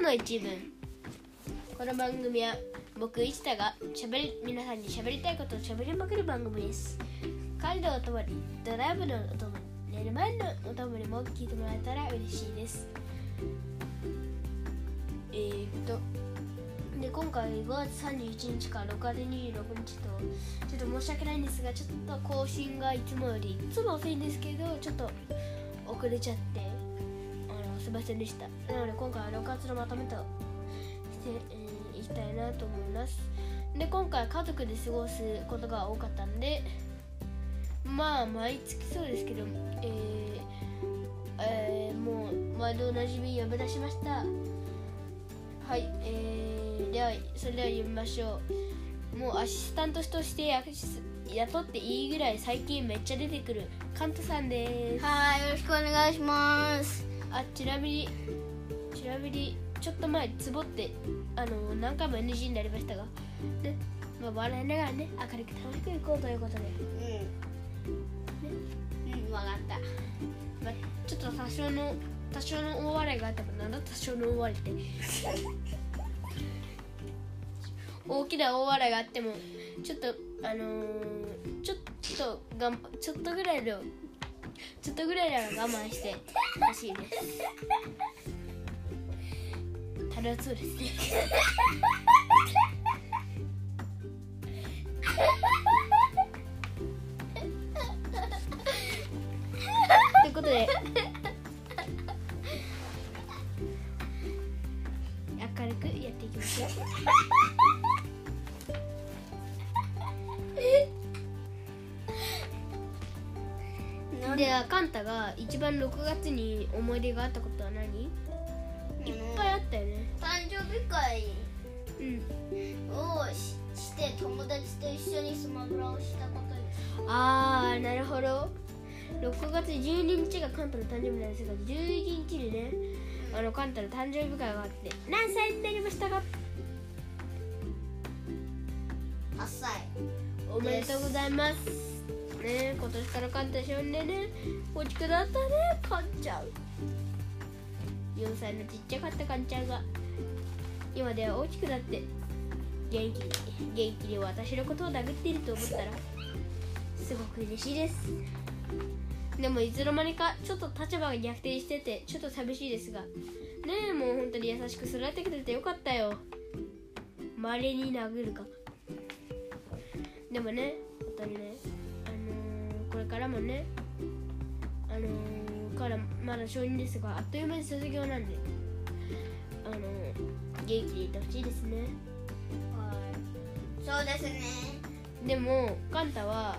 の一文。この番組は僕市田が皆さんに喋りたいことを喋りまくる番組です。帰るお供に、ドライブのお供に、寝る前のお供にも聞いてもらえたら嬉しいです。で今回5月31日から6月26日とちょっと申し訳ないんですが、ちょっと更新がいつもより遅いんですけど、ちょっと遅れちゃってすいませんでした。なので今回は6月のまとめとしていきたいなと思います。で今回家族で過ごすことが多かったんで、まあ毎月そうですけど、もう毎度おなじみ呼び出しました。はい、ではそれでは読みましょう。もうアシスタントとして雇っていいぐらい最近めっちゃ出てくるカントさんです。 はい、よろしくお願いします。 ちなみにちょっと前ツボって何回も NG になりましたが、ね、笑いながらね、明るく楽しくいこうということで、 分かった。 ちょっと多少の大笑いがあっても、なんだ多少の大笑いって大きな大笑いがあってもちょっとぐらいなら我慢してほしいです。楽しそうですねということで、明るくやっていきましょうではカンタが一番6月に思い出があったことは何？いっぱいあったよね。 誕生日会をして友達と一緒にスマブラをしたことです。 なるほど。6月12日がカンタの誕生日なんですが、11日にね、カンタの誕生日会があって、何歳になりましたか ？8歳。 おめでとうございますね。今年からカンタ少年ね、大きくなったね、カンちゃん。4歳のちっちゃかったカンちゃんが今では大きくなって元気に私のことを殴っていると思ったらすごく嬉しいです。でもいつの間にかちょっと立場が逆転しててちょっと寂しいですがね。え、もう本当に優しく育ててくれてよかったよ。稀に殴るか。でもね、本当にね、これからもね、まだ小2ですが、あっという間に卒業なんで、元気でいてほしいですね。 はい、そうですね。 でもカンタは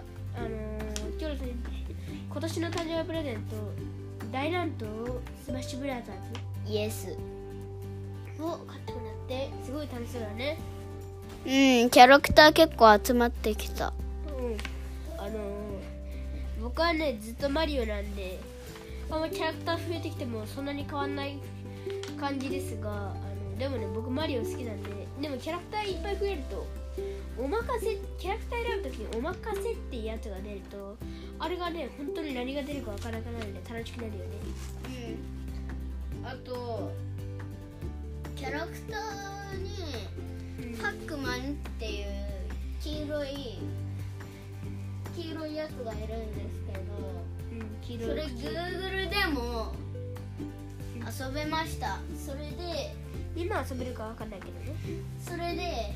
今年の誕生日プレゼント、大乱闘スマッシュブラザーズイエスを買ってもらってすごい楽しそうだね。 キャラクター結構集まってきた。 僕はねずっとマリオなんで、キャラクター増えてきてもそんなに変わんない感じですが、でもね僕マリオ好きなんで。でもキャラクターいっぱい増えるとキャラクター選ぶときにおまかせっていうやつが出ると、あれがね本当に何が出るかわからなくなるので楽しくなるよね。 あとキャラクターにパックマンっていう黄色いやつがいるんですけど、それ Google でも遊べました。それで今遊べるかわかんないけどね。 それで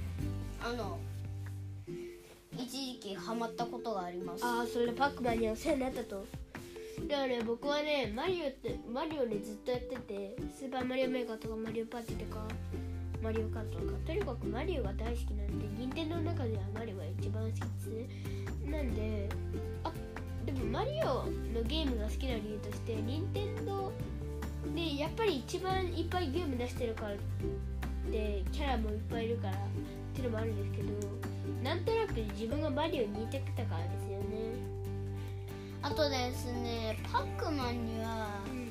一時期ハマったことがあります。 それでパックマンにお世話になったと。だからね、僕はねマリオねずっとやってて、スーパーマリオメーカーとかマリオパーティーとかマリオカートとか、とにかくマリオが大好きなんで、任天堂の中ではマリオが一番好きですね。なんででもマリオのゲームが好きな理由として、任天堂でやっぱり一番いっぱいゲーム出してるからで、キャラもいっぱいいるからっていうのもあるんですけど、なんとなく自分がマリオに似てきたからですよね。 あとですね、パックマンには、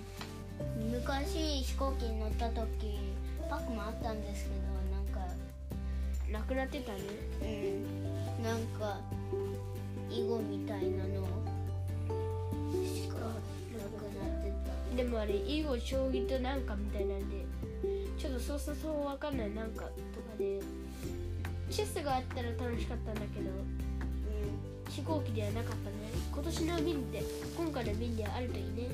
昔飛行機に乗った時パックマンあったんですけど、 なくなってたね。 なんか囲碁みたいなのしかなくなってた。 でもあれ囲碁将棋となんかみたいなんでちょっとそう分かんないなんかとかでチェスがあったら楽しかったんだけど、飛行機ではなかったね。今回の便であるといいね。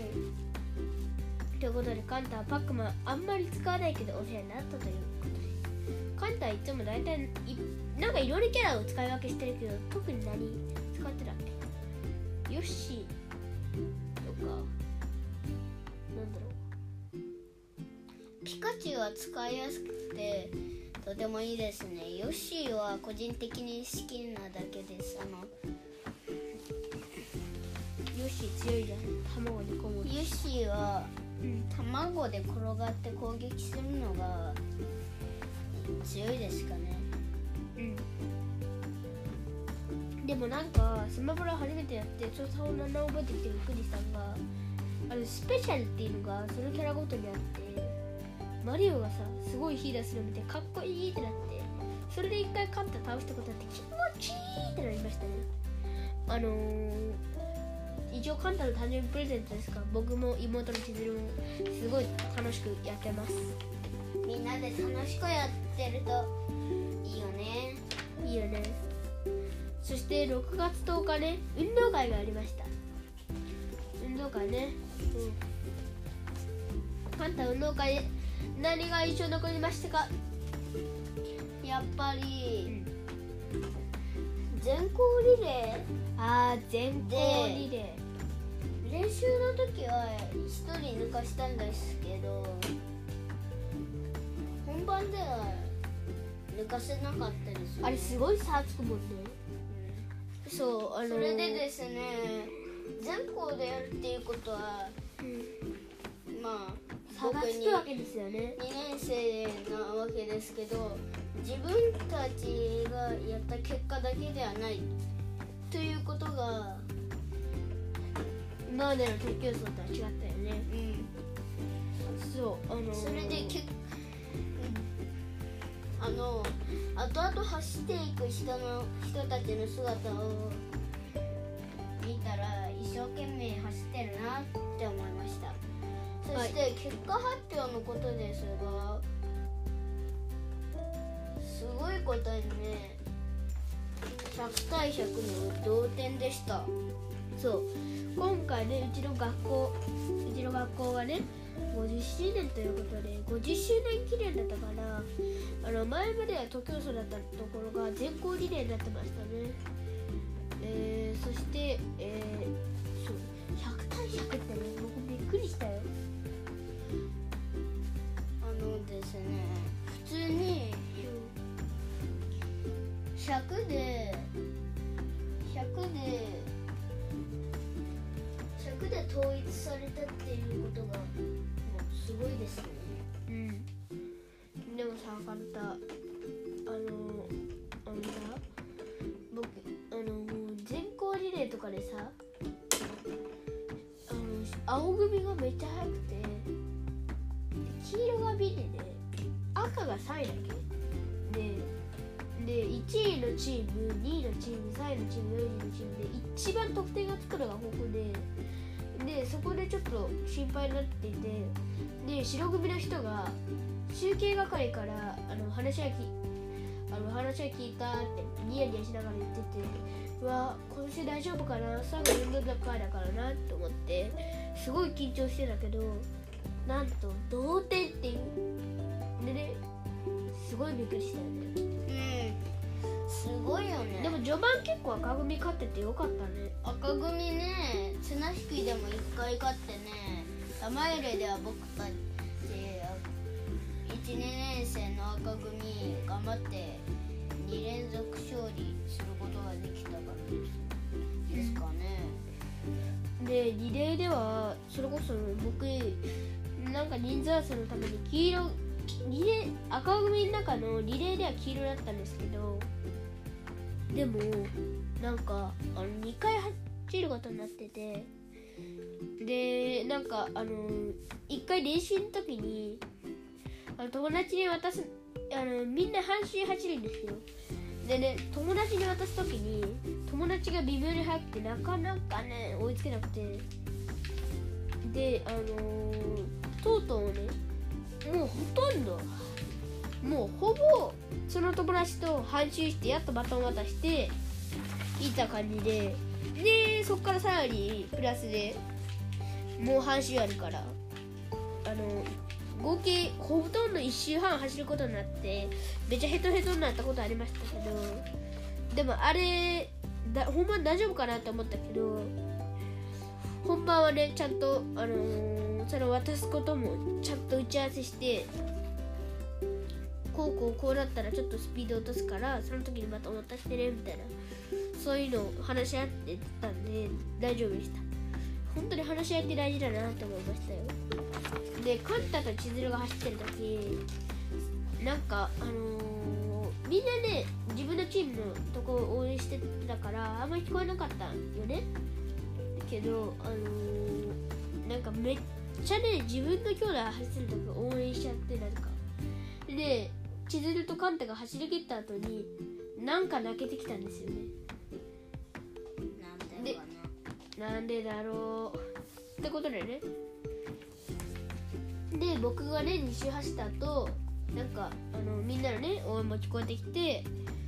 ということでカンタはパックマンあんまり使わないけどお世話になったということです。カンタはいつも大体なんかいろいろキャラを使い分けしてるけど、特に何使ってたっけ？ヨッシーとかなんだろう、 ピカチュウは使いやすくてとてもいいですね。ヨッシーは個人的に好きなだけです。 ヨッシー強いじゃん。卵にこもる。 ヨッシーは、卵で転がって攻撃するのが強いですかね。 でもなんかスマブラ初めてやってちょっと覚えてきてびっくりしたのが、スペシャルっていうのがそのキャラごとにあって、マリオがさすごい火出すの見てかっこいいってなって、それで一回カンタ倒したことあって気持ちいいってなりましたね。一応カンタの誕生日プレゼントですから、僕も妹の千鶴もすごい楽しくやってます。 みんなで楽しくやってるといいよね。 いいよね。そして6月10日ね、運動会がありました。運動会ね、カンタ運動会で何が印象に残りましたか？ やっぱり、全校リレ全校リレー練習の時は1人抜かしたんですけど、本番では抜かせなかったですよね。 あれすごい差つくもんね。そう、 それでですね、全校でやるっていうことは、まあ差がつくわけですよね。 2年生なわけですけど、自分たちがやった結果だけではないということが今までの鉄球争とは違ったよね。そう、 それで後々走っていく人たちの姿を見たら一生懸命走ってるなって思いました。そして結果発表のことですが、すごいことにね、100対100の同点でした。 そう、今回ね、うちの学校がね50周年ということで50周年記念だったから、前までは徒競走だったところが全校リレーになってましたね。そして、そう100対100ってね、僕びっくりしたよ。 ですね、普通に100で統一されたっていうことがもうすごいですね。 でもさ、カンタ僕全校リレーとかでさ、青組がめっちゃ速くて、黄色が B でね、赤が3位だけで1位のチーム、2位のチーム、3位のチーム、4位のチームで一番得点がつくのが豊富で、そこでちょっと心配になっていて、で白組の人が集計係から話は聞いたってニヤニヤしながら言ってて、うわ今年大丈夫かな、最後運動会だからなって思ってすごい緊張してたけど、なんと同点っていうでね、すごいびっくりしたよね。 すごいよね。 でも序盤結構赤組勝っててよかったね。 赤組ね、綱引きでも1回勝ってね、玉入れでは僕たち1、2年生の赤組頑張って2連続勝利することができたからですかね。 でリレーではそれこそ僕なんか人数合わせのために赤組の中のリレーでは黄色だったんですけど、でもなんか2回走ることになってて、でなんか1回練習の時に友達に渡すみんな半周走るんですよ。でね、友達に渡す時に友達が微妙に速くてなかなかね追いつけなくて、でとうとうねもうほとんどもうほぼその友達と半周してやっとバトン渡していった感じで、そっからさらにプラスでもう半周あるから合計ほとんど1周半走ることになってめっちゃヘトヘトになったことありましたけど、でもあれ本番大丈夫かなって思ったけど、本番はねちゃんと、それを渡すこともちゃんと打ち合わせして、こうだったらちょっとスピード落とすからその時にまた渡してねみたいな、そういうのを話し合ってたんで大丈夫でした。本当に話し合いって大事だなって思いましたよ。でカンタと千鶴が走ってる時なんかみんなね自分のチームのとこを応援してたからあんまり聞こえなかったよね。だけどなんかめっちゃね自分の兄弟走ってる時応援しちゃって、なんかで千鶴とカンタが走り切った後になんか泣けてきたんですよね。なんでだろうってことだよね。で僕がね2周走った後なんかみんなのね応援も聞こえてきて、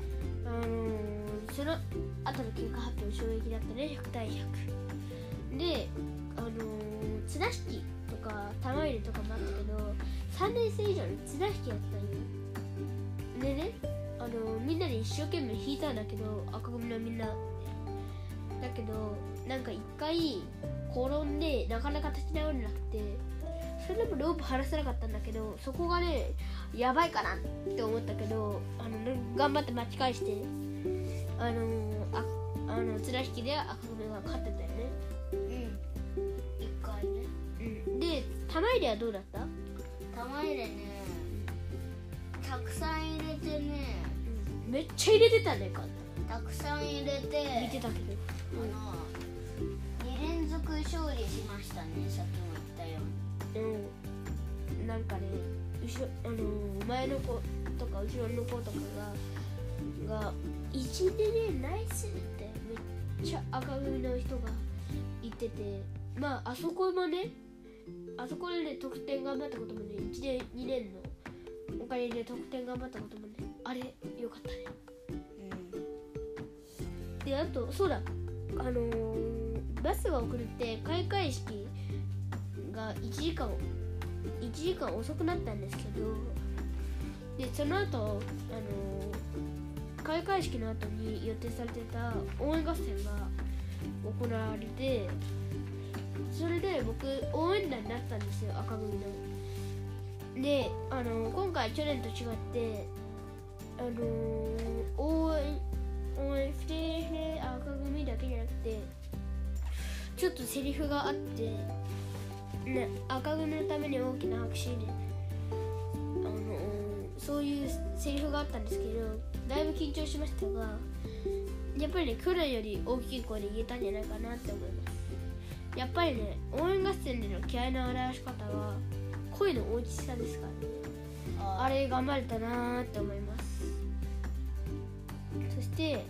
その後の結果発表衝撃だったね。100対100で綱引きとか玉入れとかもあったけど3年生以上の綱引きやったんよ。でねみんなで一生懸命引いたんだけど、赤組のみんなだけどなんか一回転んでなかなか立ち直れなくて、それでもロープ離せなかったんだけど、そこがねやばいかなって思ったけど頑張って巻き返して綱引きで赤組が勝ってたよね。 一回ね。 で玉入れはどうだった？ 玉入れねたくさん入れてね、 めっちゃ入れてたね。 たくさん入れて見てたけど 2連続勝利しましたね。さっきも言ったように。 なんかね前の子とか後ろの子とかが1でねナイスってめっちゃ赤組の人が言ってて、まああそこでね得点頑張ったこともね1年2年のおかげで得点頑張ったこともねあれよかったね。であとそうだバスが遅れて開会式が1時間遅くなったんですけど、でその後開会式の後に予定されてた応援合戦が行われて、それで僕応援団になったんですよ、赤組の。で今回去年と違って応援して赤組だけじゃなくてちょっとセリフがあってね、赤組のために大きな拍手でそういうセリフがあったんですけど、だいぶ緊張しましたがやっぱりね去年より大きい声で言えたんじゃないかなって思います。やっぱりね応援合戦での気合の表し方は声の大きさですからね。あれ頑張れたなーって思います。そして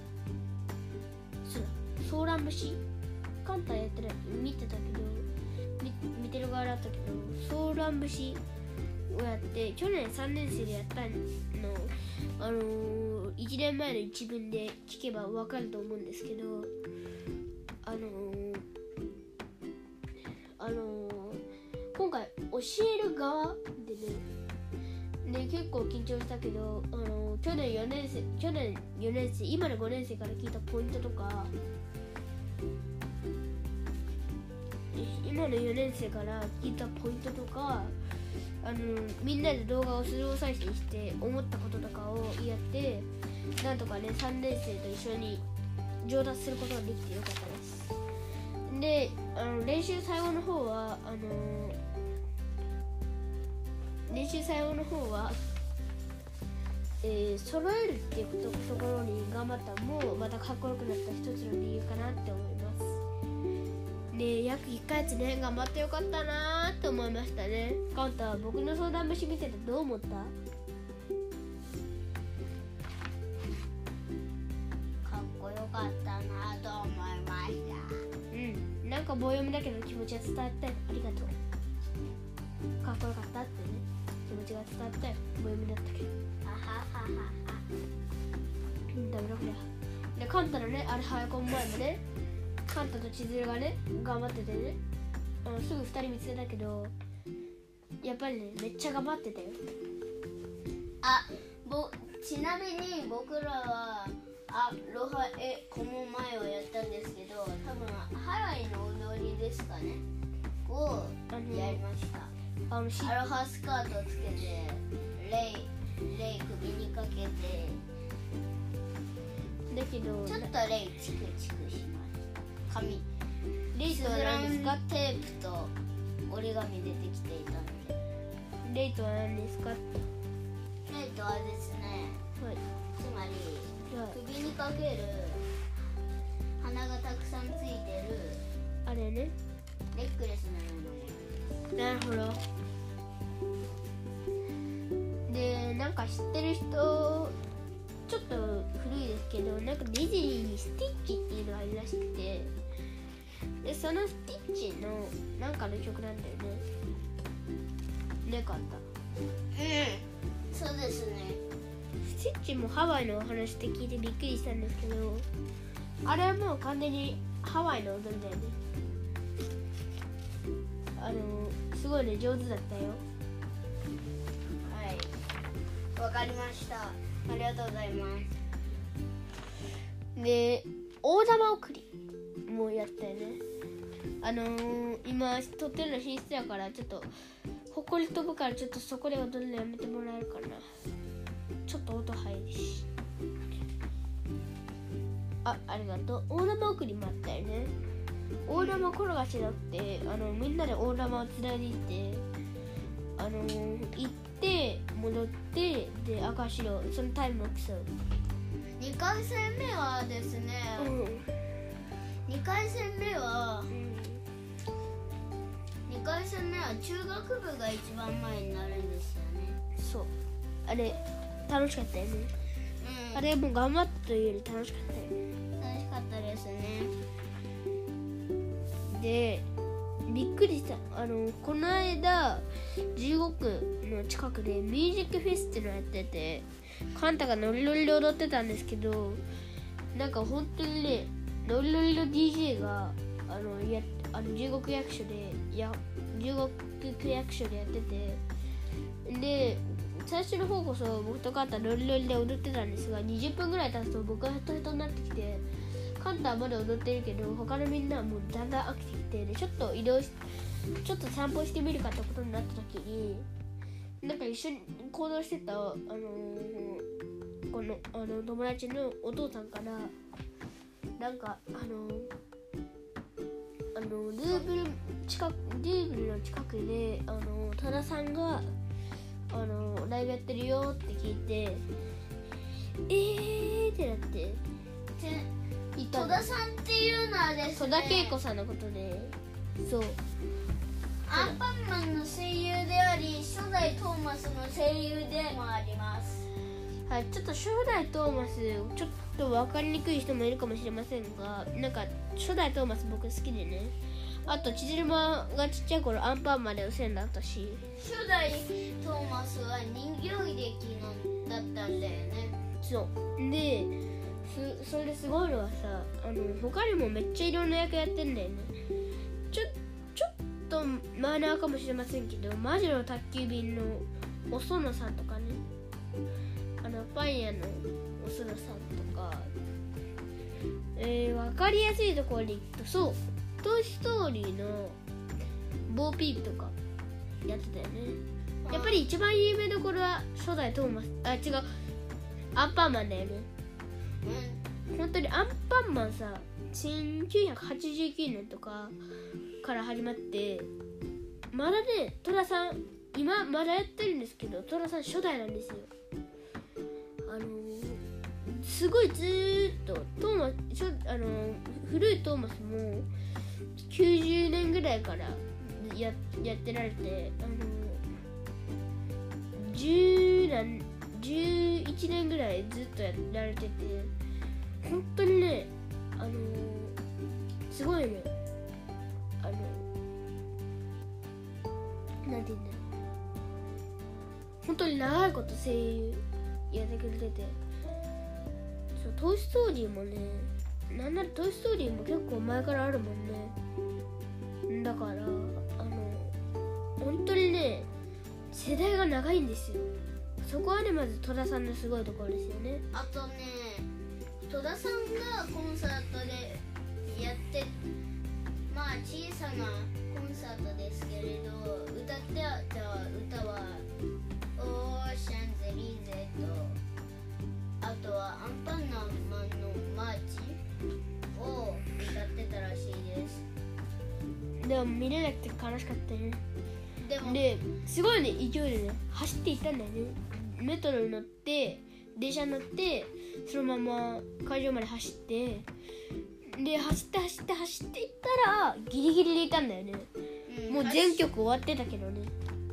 ソーラン節カンタやってない見てたけど見てる側だったけど、ソーラン節をやって去年3年生でやったの1年前の一文で聞けば分かると思うんですけど、今回教える側でね結構緊張したけど去年4年生今の5年生から聞いたポイントとか、今の4年生から聞いたポイントとかみんなで動画をスロー再生して思ったこととかを言い合ってなんとかね3年生と一緒に上達することができてよかったです。で練習最後の方は揃えるっていうところに頑張ったのもまたかっこよくなった一つの理由かなって思います。で約1ヶ月ね頑張ってよかったなーって思いましたね。カンタは僕の相談節見ててどう思った？ かっこよかったなと思いました。 なんか棒読みだけど気持ちは伝わってありがとう。かっこよかったってね。 気持ちが伝わったよ。棒読みだったけど。 ははははダメだこれ。でカンタのねあれ早く前もね、カンタと千鶴がね頑張っててね、すぐ2人見つけたけど、やっぱりねめっちゃ頑張ってたよ。 ちなみに僕らはロハこの前をやったんですけど、多分ハワイの踊りですかねをやりました。アロハスカートをつけてレイ首にかけて、 だけどちょっとレイチクチクしました。紙レイとは何ですか？ テープと折り紙出てきていたので。 レイとは何ですか？ レイとはですね、 はい、 つまりはい、 首にかける花がたくさんついてるあれね、 ネックレスのようなものです。 なるほど。でなんか知ってる人ちょっと古いですけど、なんかディズニーにスティッチっていうのがあるらしくて、でそのスティッチのなんかの曲なんだよね。ねかった。 そうですね。 スティッチもハワイのお話って聞いてびっくりしたんですけど、あれはもう完全にハワイの踊りだよね。すごいね、上手だったよ。 はい、わかりました。ありがとうございます。 で大玉送りもやったよね。今撮ってるの寝室だから、ちょっとほこり飛ぶから、ちょっとそこで踊るのやめてもらえるかな。ちょっと音入るし。ありがとう。大玉送りもあったよね。大玉転がしなくて、みんなで大玉をつないでいって、行って戻って、で赤白そのタイムを競う。 2回戦目はですね、2回戦目は中学部が一番前になるんですよね。 そう、あれ楽しかったよね。あれもう頑張ったというより楽しかったよね。 楽しかったですね。 でびっくりした。この間15区の近くでミュージックフェスっていうのをやってて、カンタがノリノリで踊ってたんですけど、なんか本当にね、ノリノリの DJ が15区役所でやってて、で最初の方こそ僕とカンタノリノリで踊ってたんですが、20分ぐらい経つと僕がヘトヘトになってきて、カンタはまだ踊ってるけど他のみんなはもうだんだん飽きてきて、でちょっと散歩してみるかってことになった時に、なんか一緒に行動してたこの友達のお父さんから、なんかルーブルの近くで多田さんがライブやってるよって聞いて、ってなって戸田さんっていうのはですね、 戸田恵子さんのことで、そうアンパンマンの声優であり初代トーマスの声優でもあります。 はい、ちょっと初代トーマスちょっと分かりにくい人もいるかもしれませんが、なんか初代トーマス僕好きでね。あと千鶴間がちっちゃい頃アンパンマンでお世話になったし、 初代トーマスは人形劇だったんだよね。 そうで、それですごいのはさ、他にもめっちゃいろんな役やってんだよね。ちょっとマイナーかもしれませんけど、魔女の宅急便のお園さんとかね、パン屋のお園さんとか、分かりやすいところでいくと、そうトイストーリーのボーピープとかやってたよね。やっぱり一番有名どころは初代トーマス、違う、アンパンマンだよね。本当にアンパンマンさ、1989年とかから始まって、まだね、トラさん今まだやってるんですけど、トラさん初代なんですよ。すごいずーっと古いトーマスも90年ぐらいからやってられて、11年ぐらいずっとやられてて、本当にね、すごいね、なんて言うんだろ本当に長いこと声優やってくれてて、そうトイストーリーもね、なんならトイストーリーも結構前からあるもんね。だから本当にね世代が長いんですよ。そこはねまず戸田さんのすごいところですよね。 あとね、戸田さんがコンサートでやって、まあ小さなコンサートですけれど、歌ってた歌はオーシャンゼリーゼと、あとはアンパンマンのマーチを歌ってたらしいです。 でも見れなくて悲しかったね。ですごいね勢いでね走っていったんだよね。メトロに乗って電車に乗ってそのまま会場まで走って、で走っていったらギリギリでいたんだよね、もう全曲終わってたけどね、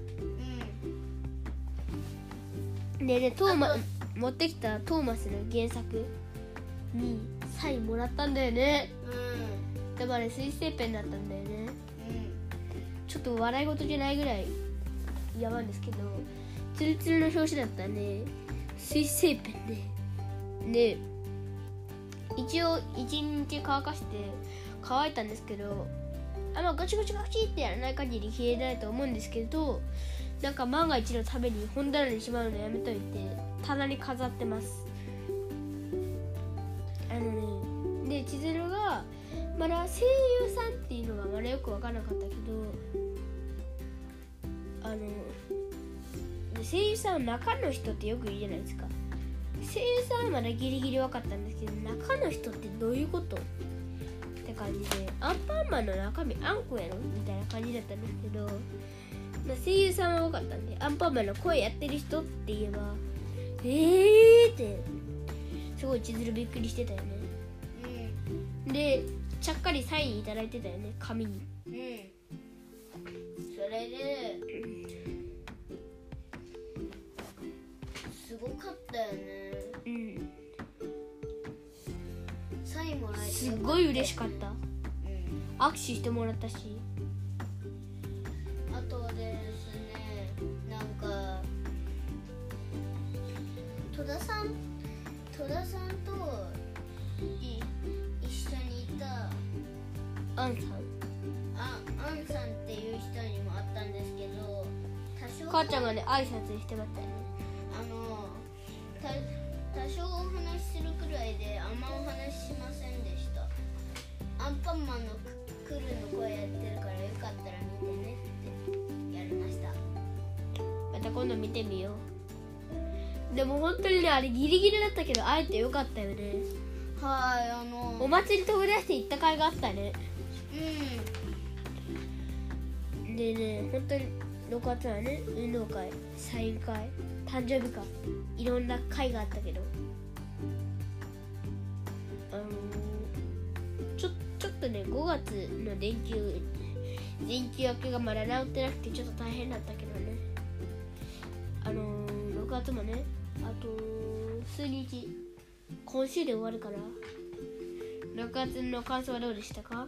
でね持ってきたトーマスの原作にサインもらったんだよね。だからね水性ペンだったんだよね。ちょっと笑い事じゃないぐらいやばいんですけど、ツルツルの表紙だったね水性ペンで一応1日乾かして乾いたんですけど、ガチガチってやらない限り消えないと思うんですけど、なんか万が一のために本棚にしまうのやめといて棚に飾ってます。で千鶴がまだ声優さんっていうのがまだよく分からなかったけど、声優さんは中の人ってよく言うじゃないですか。声優さんはまだギリギリ分かったんですけど、中の人ってどういうことって感じで、アンパンマンの中身あんこやろみたいな感じだったんですけど、声優さんは分かったんで、アンパンマンの声やってる人って言えばってすごい千鶴びっくりしてたよね。でちゃっかりサインいただいてたよね、紙に。 それですごかったよね。サインもらえてすごい嬉しかった。握手してもらったし、 あとですね、なんか戸田さんと一緒にいたアンさんっていう人にも会ったんですけど、 母ちゃんがね挨拶してましたよね。 多少お話しするくらいであんまお話ししませんでした。アンパンマンのクルの声やってるからよかったら見てねってやりました。 また今度見てみよう。でも本当にねあれギリギリだったけど会えてよかったよね。お祭り飛び出して行った甲斐があったね。でね本当に6月はね運動会、サイン会、誕生日会、いろんな会があったけど、ちょっとね5月の連休明けがまだ治ってなくてちょっと大変だったけどね。6月もねあと数日、今週で終わるから。6月の感想はどうでしたか？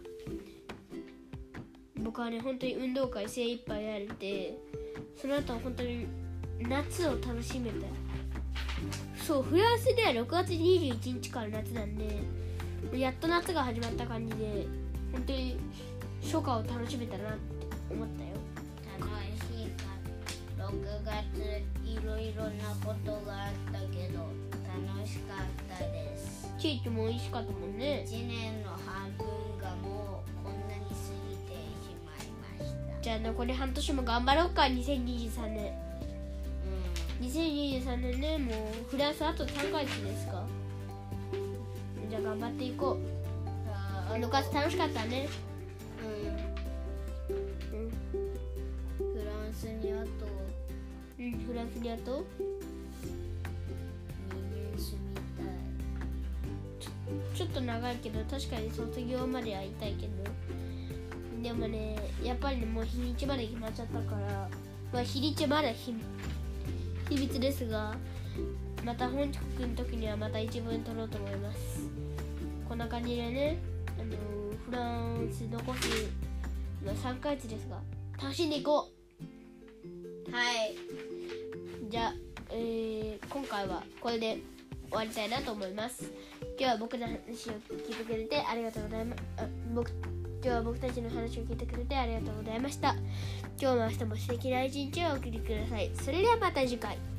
僕はね本当に運動会精一杯やれて、その後は本当に夏を楽しめた。そう、フランスでは6月21日から夏なんで、やっと夏が始まった感じで本当に初夏を楽しめたなって思ったよ。 楽しかった。6月いろいろなことがあったけど楽しかったです。 ケーキも美味しかったもんね。 1年の半分がもうこんなに過ぎてしまいました。 じゃあ残り半年も頑張ろうか。2023年2023年ね、もうフランスあと3ヶ月ですか。じゃあ頑張っていこう。6月楽しかったね。 フランスにあとフランスにあと 2年住みたい。 ちょっと長いけど確かに卒業までは会いたいけど、でもねやっぱりねもう日にちまで決まっちゃったから、日にちまだ秘密ですが、また本国の時にはまた一文取ろうと思います。こんな感じでね、フランス残す3ヶ月ですが楽しんでいこう。 はい。 じゃあ、今回はこれで終わりたいなと思います。今日は僕の話を聞いてくれてありがとうございます。今日は僕たちの話を聞いてくれてありがとうございました。今日も明日も素敵な一日をお送りください。それではまた次回。